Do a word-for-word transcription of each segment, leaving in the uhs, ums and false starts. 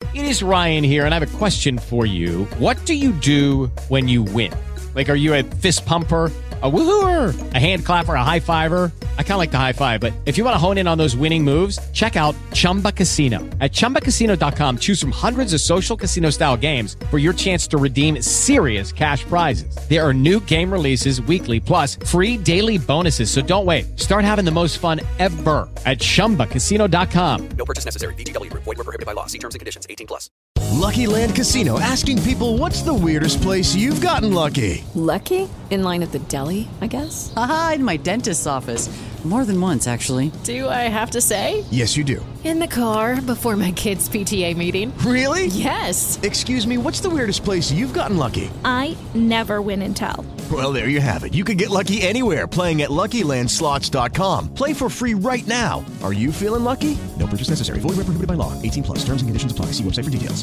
It is Ryan here, and I have a question for you. What do you do when you win? Like, are you a fist pumper, a woohooer, a hand clapper, a high fiver? I kind of like the high five, but if you want to hone in on those winning moves, check out Chumba Casino. At chumba casino dot com, choose from hundreds of social casino style games for your chance to redeem serious cash prizes. There are new game releases weekly, plus free daily bonuses. So don't wait. Start having the most fun ever at chumba casino dot com. No purchase necessary. V G W Group. Void where prohibited by law. See terms and conditions. eighteen plus. Lucky Land Casino, asking people, what's the weirdest place you've gotten lucky? Lucky? In line at the deli, I guess? Aha, in my dentist's office. More than once, actually. Do I have to say? Yes, you do. In the car before my kids' P T A meeting. Really? Yes. Excuse me, what's the weirdest place you've gotten lucky? I never win and tell. Well, there you have it. You can get lucky anywhere, playing at Lucky Land Slots dot com. Play for free right now. Are you feeling lucky? No purchase necessary. Void where prohibited by law. eighteen plus. Terms and conditions apply. See website for details.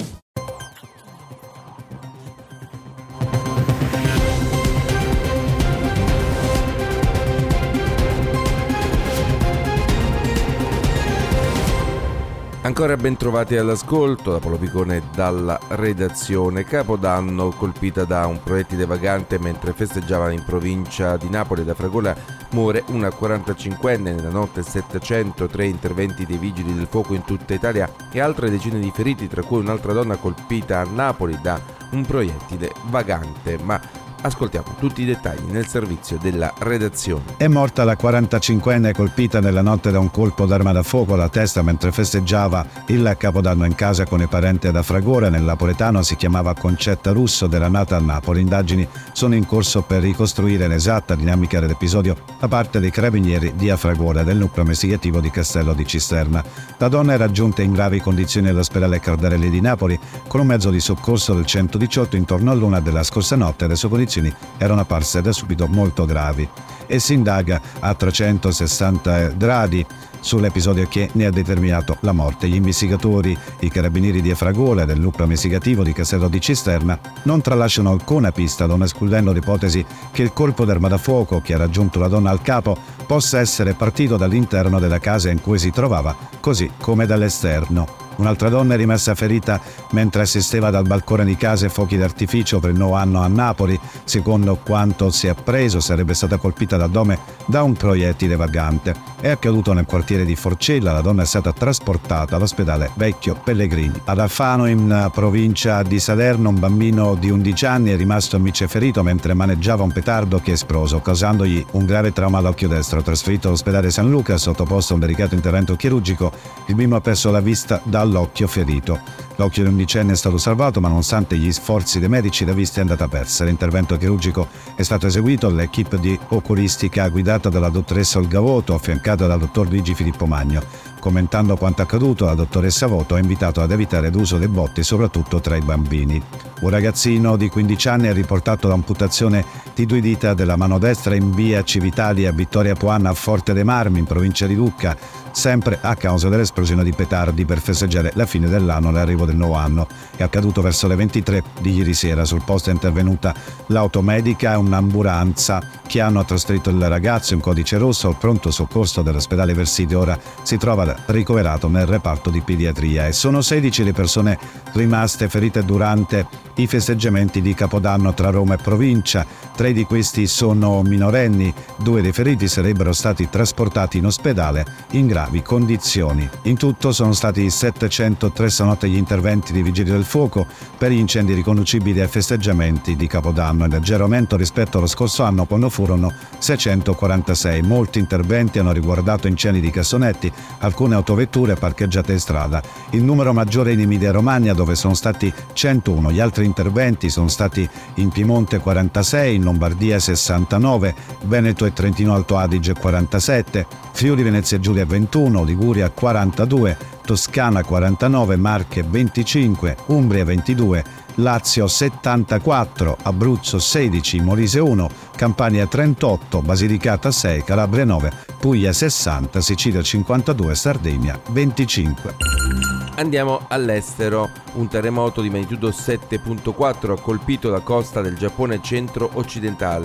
Ancora ben trovati all'ascolto, da Paolo Picone dalla redazione. Capodanno colpita da un proiettile vagante mentre festeggiava in provincia di Napoli. Da Fragola muore una quarantacinquenne, nella notte settecentotré interventi dei vigili del fuoco in tutta Italia e altre decine di feriti, tra cui un'altra donna colpita a Napoli da un proiettile vagante. Ma ascoltiamo tutti i dettagli nel servizio della redazione. È morta la quarantacinquenne colpita nella notte da un colpo d'arma da fuoco alla testa mentre festeggiava il Capodanno in casa con i parenti ad Afragora. Nel napoletano si chiamava Concetta Russo, era nata a Napoli. Indagini sono in corso per ricostruire l'esatta dinamica dell'episodio da parte dei carabinieri di Afragora del nucleo investigativo di Castello di Cisterna. La donna è raggiunta in gravi condizioni all'ospedale Cardarelli di Napoli con un mezzo di soccorso del centodiciotto intorno all'una della scorsa notte. Le sue condizioni erano apparse da subito molto gravi e si indaga a trecentosessanta gradi sull'episodio che ne ha determinato la morte. Gli investigatori, i carabinieri di Afragola e del nucleo investigativo di Castello di Cisterna non tralasciano alcuna pista, non escludendo l'ipotesi che il colpo d'arma da fuoco che ha raggiunto la donna al capo possa essere partito dall'interno della casa in cui si trovava, così come dall'esterno. Un'altra donna è rimasta ferita mentre assisteva dal balcone di casa ai fuochi d'artificio per il nuovo anno a Napoli. Secondo quanto si è appreso, sarebbe stata colpita d'addome da un proiettile vagante. È accaduto nel quartiere di Forcella. La donna è stata trasportata all'ospedale Vecchio Pellegrini. Ad Alfano, in provincia di Salerno, un bambino di undici anni è rimasto ferito mentre maneggiava un petardo che è esploso, causandogli un grave trauma all'occhio destro. Trasferito all'ospedale San Luca, sottoposto a un delicato intervento chirurgico, il bimbo ha perso la vista dall'occhio ferito. L'occhio dell'undicenne è stato salvato, ma nonostante gli sforzi dei medici la vista è andata persa. L'intervento chirurgico è stato eseguito dall'equipe di oculistica guidata dalla dottoressa Olga Voto, affiancata dal dottor Luigi Filippo Magno. Commentando quanto accaduto, la dottoressa Voto ha invitato ad evitare l'uso dei botti, soprattutto tra i bambini. Un ragazzino di quindici anni è riportato da amputazione di due dita della mano destra in via Civitali a Vittoria Puanna a Forte dei Marmi, in provincia di Lucca, sempre a causa dell'esplosione di petardi per festeggiare la fine dell'anno e l'arrivo del nuovo anno. È accaduto verso le ventitré di ieri sera. Sul posto è intervenuta l'automedica e un'ambulanza che hanno trasferito il ragazzo in codice rosso al pronto soccorso dell'ospedale Versiti. Ora si trova ricoverato nel reparto di pediatria e sono sedici le persone rimaste ferite durante i festeggiamenti di Capodanno tra Roma e provincia. Tre di questi sono minorenni. Due dei feriti sarebbero stati trasportati in ospedale in gravi condizioni. In tutto sono stati settecentotré stanotte gli interventi di vigili del fuoco per gli incendi riconducibili ai festeggiamenti di Capodanno, in leggero aumento rispetto allo scorso anno quando furono seicentoquarantasei. Molti interventi hanno riguardato incendi di cassonetti, alcune autovetture parcheggiate in strada. Il numero maggiore in Emilia-Romagna, dove sono stati centouno. Gli altri interventi sono stati in Piemonte quarantasei, in Lombardia sessantanove, Veneto e Trentino Alto Adige quarantasette, Friuli Venezia Giulia ventuno, Liguria quarantadue, Toscana quarantanove, Marche venticinque, Umbria ventidue, Lazio settantaquattro, Abruzzo sedici, Molise uno, Campania trentotto, Basilicata sei, Calabria nove, Puglia sessanta, Sicilia cinquantadue, Sardegna venticinque. Andiamo all'estero. Un terremoto di magnitudo sette virgola quattro ha colpito la costa del Giappone centro-occidentale.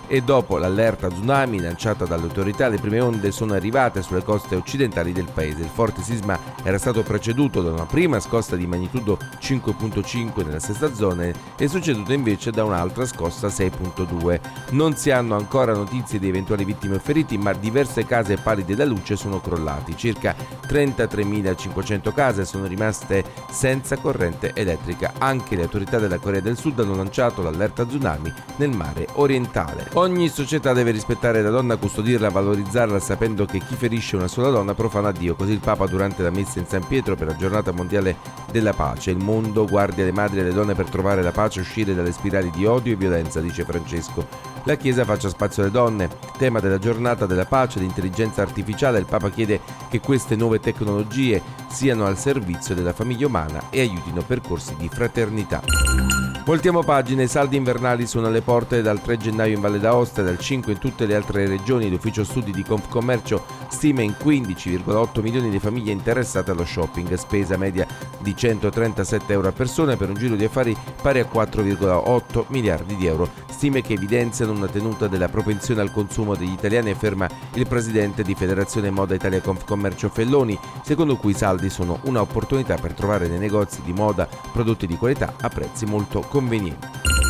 e dopo l'allerta tsunami lanciata dalle autorità, le prime onde sono arrivate sulle coste occidentali del paese. Il forte sisma era stato preceduto da una prima scossa di magnitudo cinque virgola cinque nella stessa zona e succeduto invece da un'altra scossa sei virgola due. Non si hanno ancora notizie di eventuali vittime o feriti, ma diverse case e pali della luce sono crollati. Circa trentatremilacinquecento case sono rimaste senza corrente elettrica. Anche le autorità della Corea del Sud hanno lanciato l'allerta tsunami nel mare orientale. Ogni società deve rispettare la donna, custodirla, valorizzarla, sapendo che chi ferisce una sola donna profana Dio. Così il Papa durante la messa in San Pietro per la giornata mondiale della pace. Il mondo guardi le madri e le donne per trovare la pace e uscire dalle spirali di odio e violenza, dice Francesco. La Chiesa faccia spazio alle donne. Tema della giornata della pace, l'intelligenza artificiale. Il Papa chiede che queste nuove tecnologie siano al servizio della famiglia umana e aiutino percorsi di fraternità. Voltiamo pagina, i saldi invernali sono alle porte dal tre gennaio in Valle d'Aosta e dal cinque in tutte le altre regioni. L'ufficio studi di Confcommercio stima in quindici virgola otto milioni di famiglie interessate allo shopping, spesa media di centotrentasette euro a persona per un giro di affari pari a quattro virgola otto miliardi di euro. Stime che evidenziano una tenuta della propensione al consumo degli italiani, afferma il presidente di Federazione Moda Italia Confcommercio Felloni, secondo cui i saldi sono una opportunità per trovare nei negozi di moda prodotti di qualità a prezzi molto convenienti.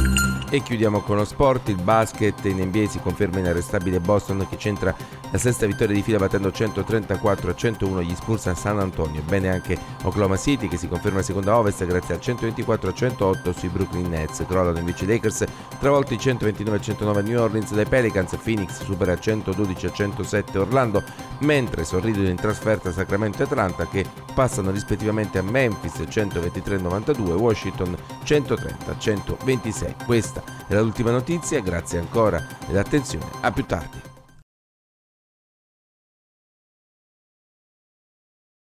E chiudiamo con lo sport. Il basket in N B A si conferma inarrestabile Boston, che centra la sesta vittoria di fila battendo centotrentaquattro a centouno gli Spurs a San Antonio. Bene anche Oklahoma City, che si conferma seconda a Ovest grazie al centoventiquattro a centootto sui Brooklyn Nets. Crollano invece i Lakers, travolti centoventinove a centonove a New Orleans dai Pelicans. Phoenix supera centododici a centosette Orlando, mentre sorridono in trasferta Sacramento e Atlanta, che passano rispettivamente a Memphis centoventitré a novantadue, Washington centotrenta a centoventisei. Questa è l'ultima notizia, grazie ancora dell'attenzione, a più tardi.